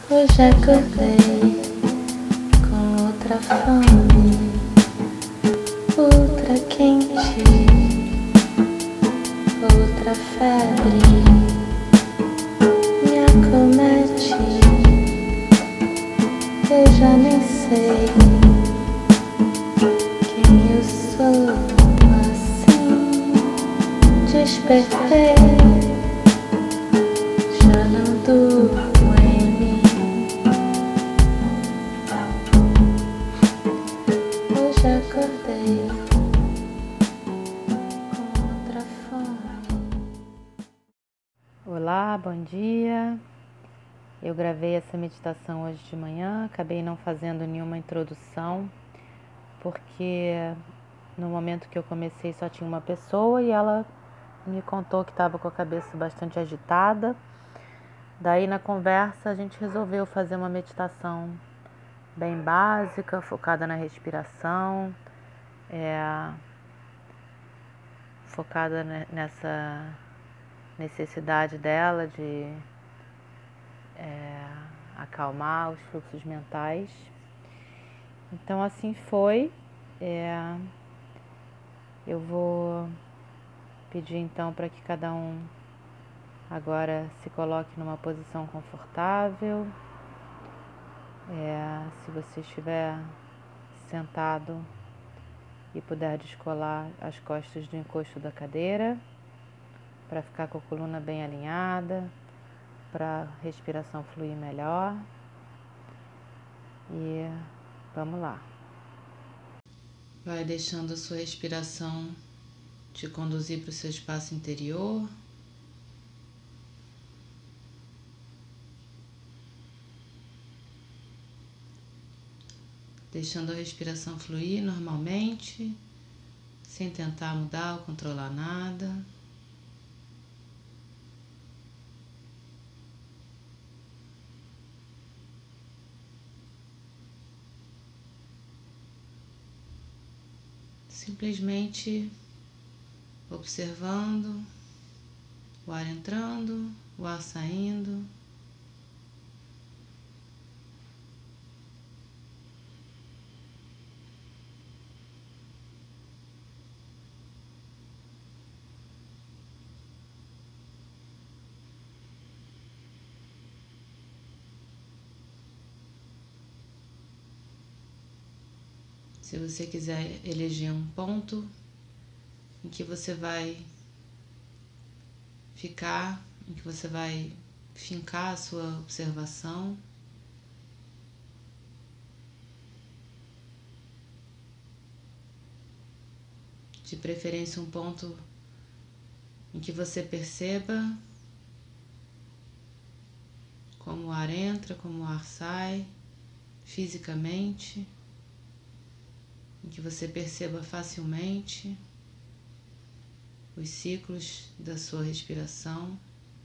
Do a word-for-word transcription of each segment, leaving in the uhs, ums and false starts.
Hoje acordei com outra fome, outra quente, outra febre me acomete. Eu já nem sei quem eu sou assim. Despertei, já não durmo em mim. Hoje acordei com outra fome. Olá, bom dia. Eu gravei essa meditação hoje de manhã, acabei não fazendo nenhuma introdução, porque no momento que eu comecei só tinha uma pessoa e ela me contou que estava com a cabeça bastante agitada. Daí na conversa a gente resolveu fazer uma meditação bem básica, focada na respiração, é, focada nessa necessidade dela de é, acalmar os fluxos mentais. Então assim foi. É, eu vou pedir então para que cada um agora se coloque numa posição confortável. É, se você estiver sentado e puder descolar as costas do encosto da cadeira, para ficar com a coluna bem alinhada, para a respiração fluir melhor. E vamos lá. Vai deixando a sua respiração te conduzir para o seu espaço interior. Deixando a respiração fluir normalmente, sem tentar mudar ou controlar nada. Simplesmente observando o ar entrando, o ar saindo. Se você quiser eleger um ponto em que você vai ficar, em que você vai fincar a sua observação, de preferência um ponto em que você perceba como o ar entra, como o ar sai, fisicamente, em que você perceba facilmente os ciclos da sua respiração.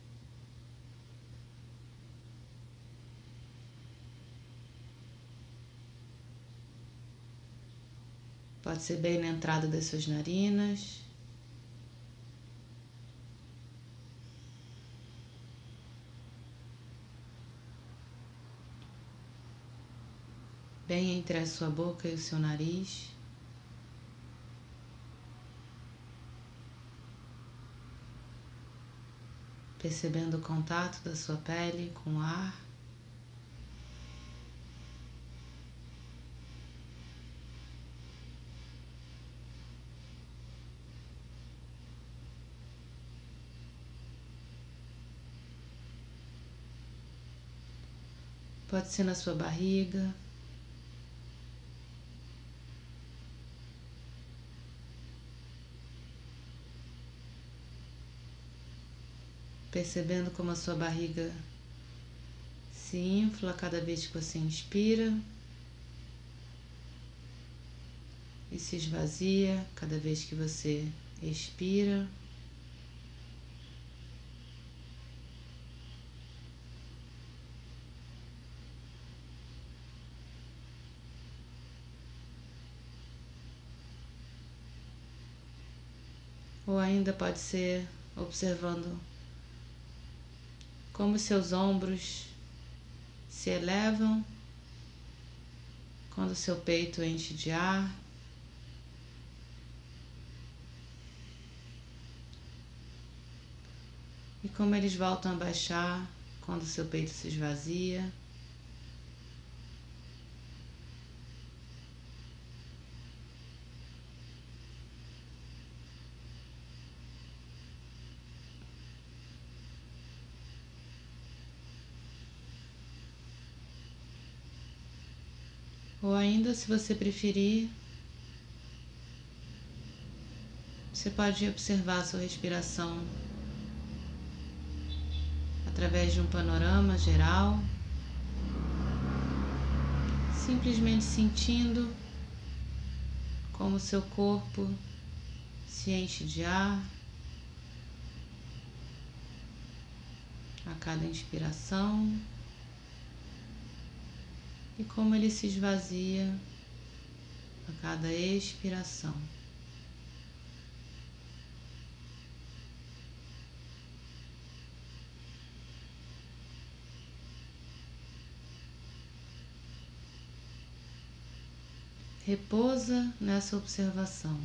Pode ser bem na entrada das suas narinas, bem entre a sua boca e o seu nariz. Percebendo o contato da sua pele com o ar. Pode ser na sua barriga. Percebendo como a sua barriga se infla cada vez que você inspira e se esvazia cada vez que você expira. Ou ainda pode ser observando como seus ombros se elevam quando seu peito enche de ar. E como eles voltam a baixar quando seu peito se esvazia. Ou ainda, se você preferir, você pode observar a sua respiração através de um panorama geral, simplesmente sentindo como seu corpo se enche de ar a cada inspiração e como ele se esvazia a cada expiração. Repousa nessa observação.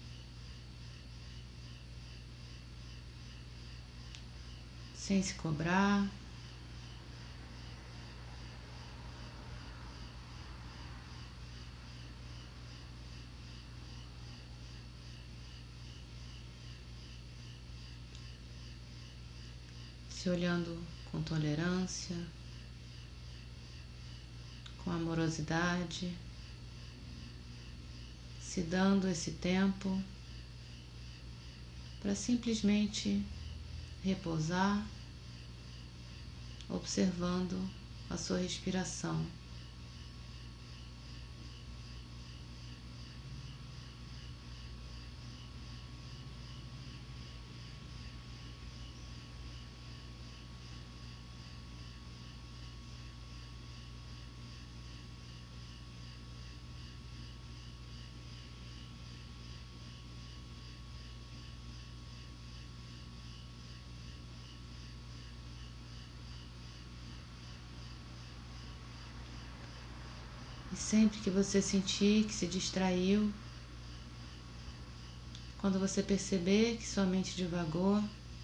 Sem se cobrar. Se olhando com tolerância, com amorosidade, se dando esse tempo para simplesmente repousar, observando a sua respiração. E sempre que você sentir que se distraiu, quando você perceber que sua mente divagou,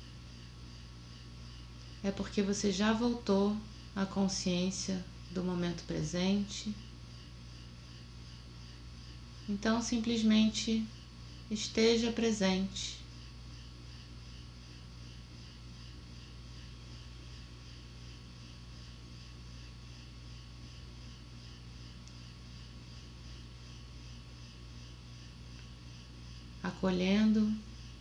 é porque você já voltou à consciência do momento presente. Então, simplesmente esteja presente. Acolhendo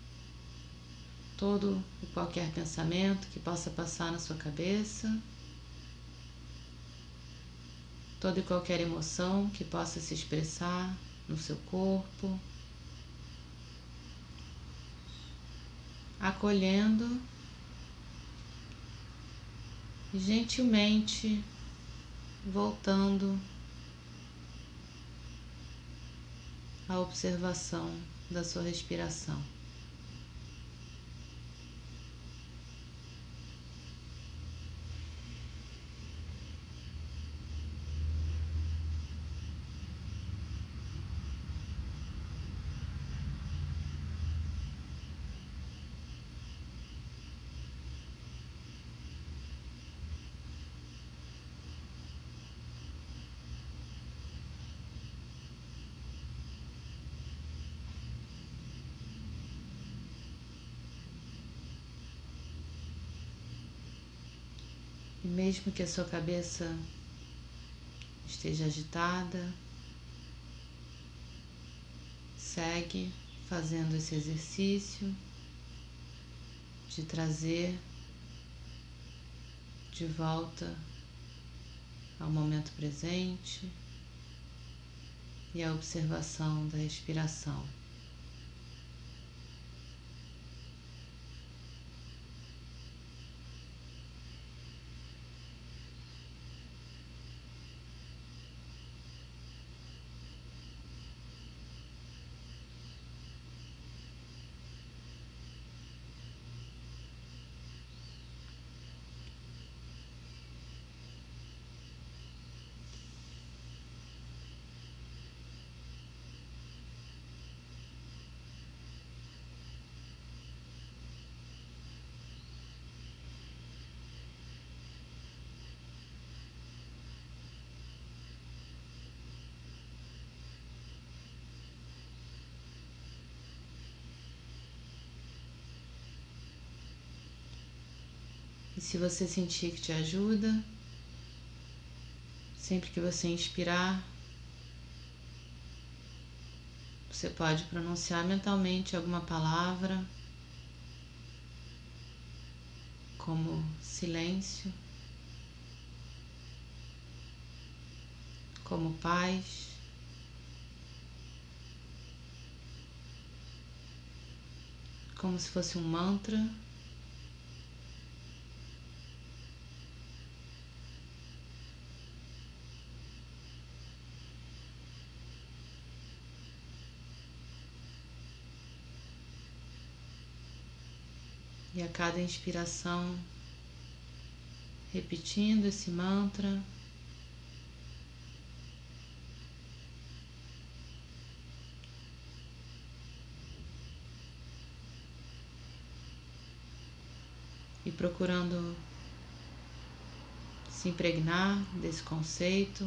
todo e qualquer pensamento que possa passar na sua cabeça, toda e qualquer emoção que possa se expressar no seu corpo, acolhendo e gentilmente voltando à observação da sua respiração. E mesmo que a sua cabeça esteja agitada, segue fazendo esse exercício de trazer de volta ao momento presente e à observação da respiração. E se você sentir que te ajuda, sempre que você inspirar, você pode pronunciar mentalmente alguma palavra, como silêncio, como paz, como se fosse um mantra. E a cada inspiração, repetindo esse mantra, e procurando se impregnar desse conceito,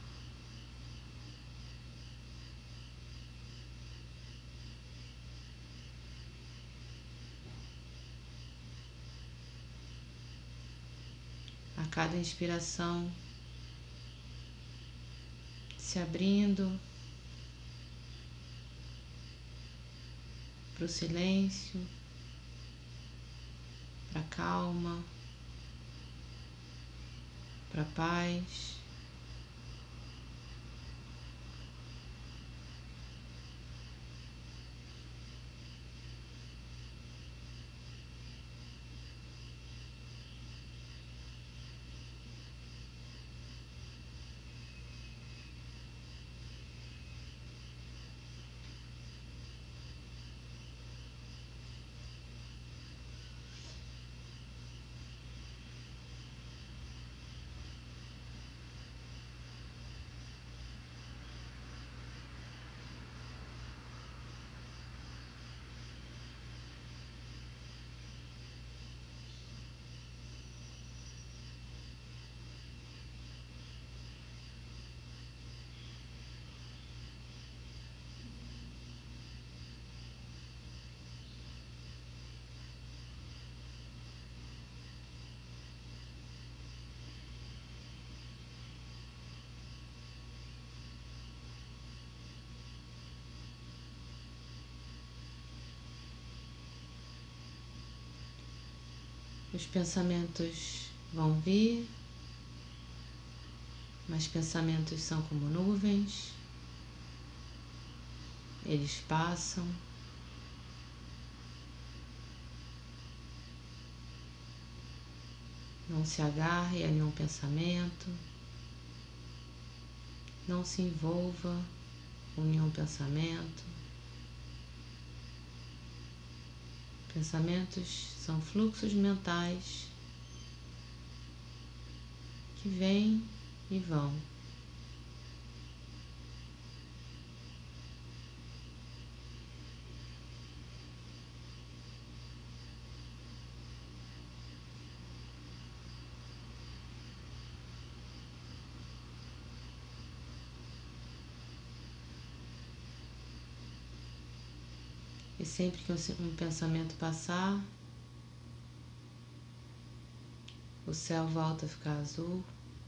a cada inspiração, se abrindo para o silêncio, para a calma, para a paz. Os pensamentos vão vir, mas pensamentos são como nuvens, eles passam. Não se agarre a nenhum pensamento, não se envolva com nenhum pensamento. Pensamentos são fluxos mentais que vêm e vão. E sempre que um pensamento passar, o céu volta a ficar azul.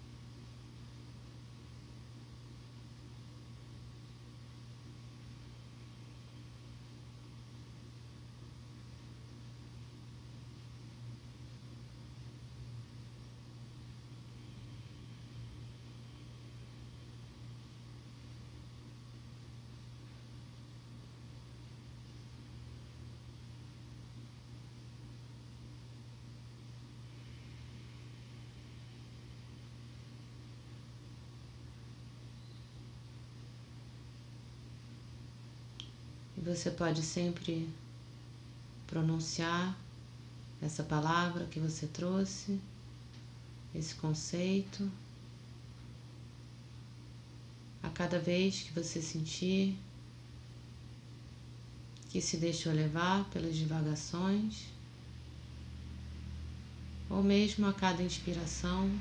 E você pode sempre pronunciar essa palavra que você trouxe, esse conceito, a cada vez que você sentir que se deixou levar pelas divagações, ou mesmo a cada inspiração,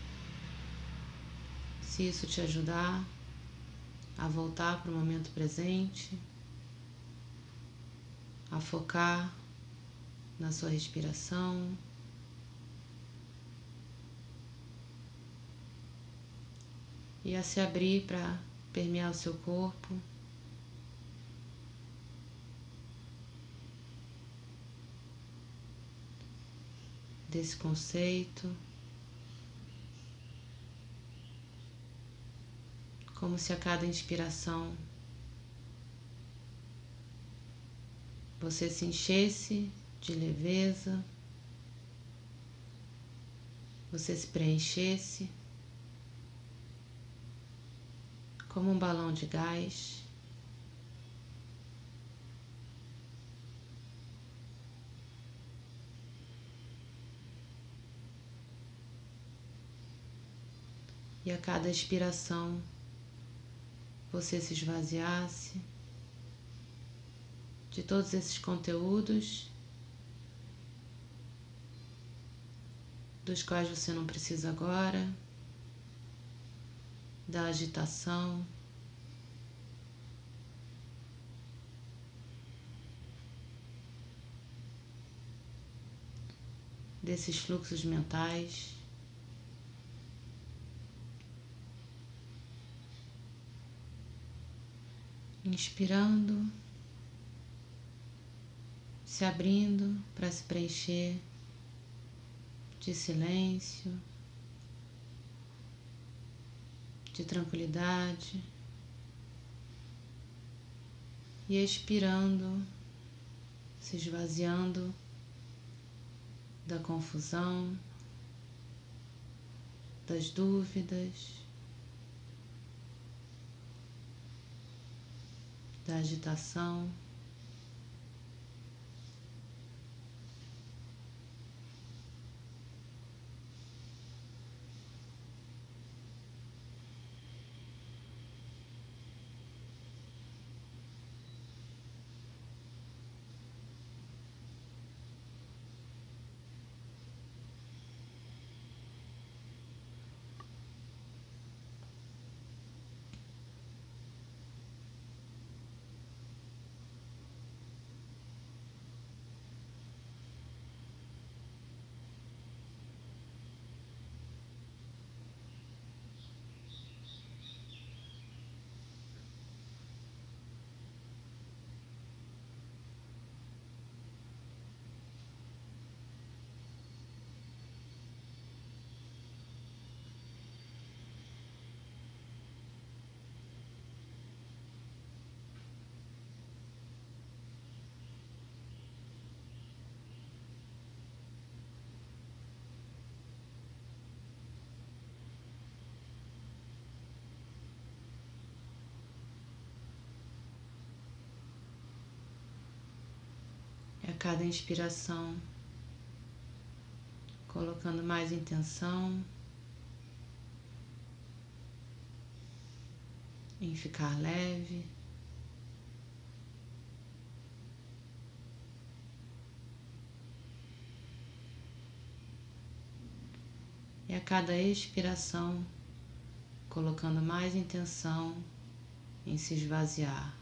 se isso te ajudar a voltar para o momento presente, a focar na sua respiração, e a se abrir para permear o seu corpo. Desse conceito, como se a cada inspiração você se enchesse de leveza, você se preenchesse como um balão de gás. E a cada expiração você se esvaziasse de todos esses conteúdos dos quais você não precisa agora, da agitação, desses fluxos mentais. Inspirando, se abrindo para se preencher de silêncio, de tranquilidade, e expirando, se esvaziando da confusão, das dúvidas, da agitação. E a cada inspiração, colocando mais intenção em ficar leve. E a cada expiração, colocando mais intenção em se esvaziar.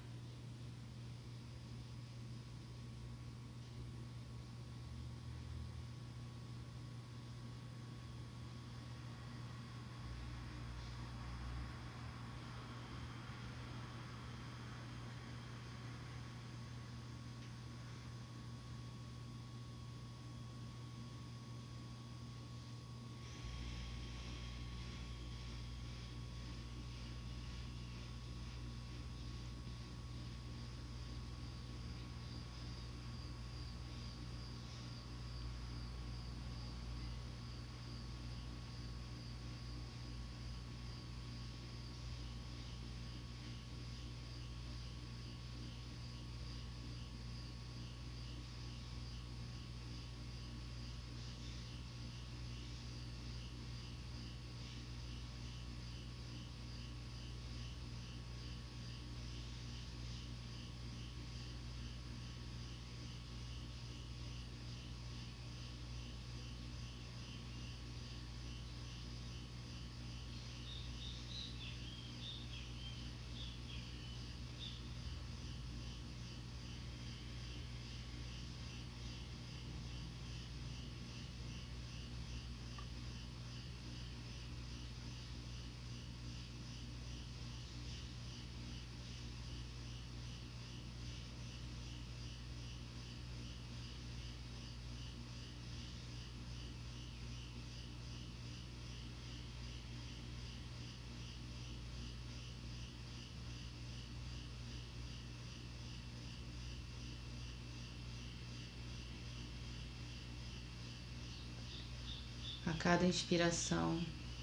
a cada inspiração,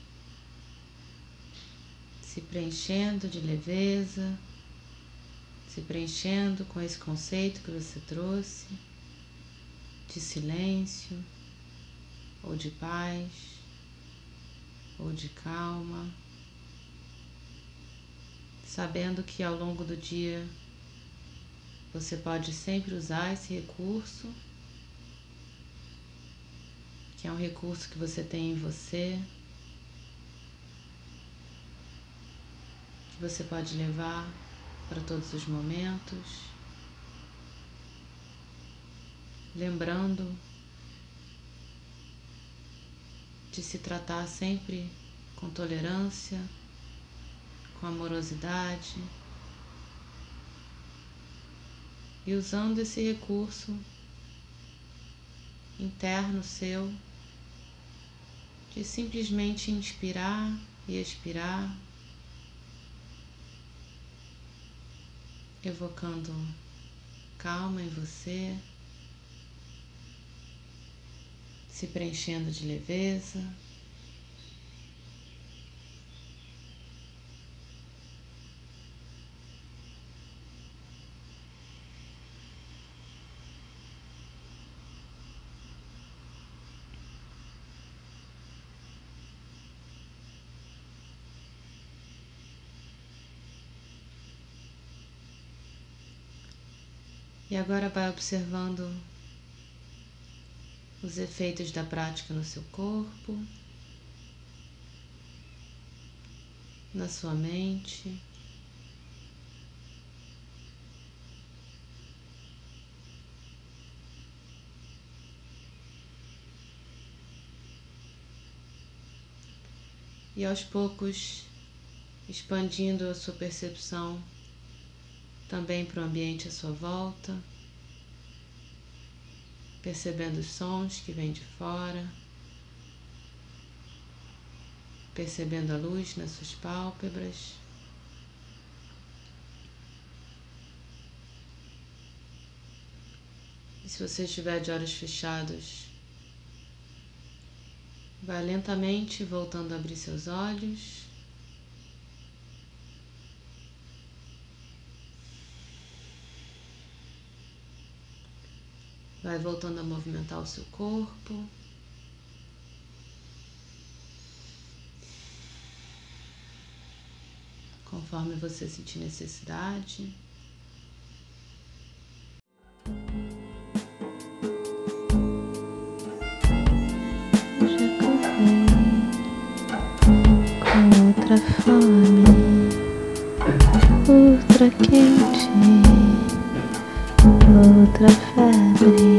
se preenchendo de leveza, se preenchendo com esse conceito que você trouxe de silêncio, ou de paz, ou de calma, sabendo que ao longo do dia você pode sempre usar esse recurso, que é um recurso que você tem em você, que você pode levar para todos os momentos, lembrando de se tratar sempre com tolerância, com amorosidade e usando esse recurso interno seu de simplesmente inspirar e expirar, evocando calma em você, se preenchendo de leveza. E agora vai observando os efeitos da prática no seu corpo, na sua mente. E aos poucos expandindo a sua percepção também para o ambiente à sua volta, percebendo os sons que vêm de fora, percebendo a luz nas suas pálpebras. E se você estiver de olhos fechados, vai lentamente voltando a abrir seus olhos. Vai voltando a movimentar o seu corpo. Conforme você sentir necessidade. Já acordei com outra fome, outra quente, outra febre.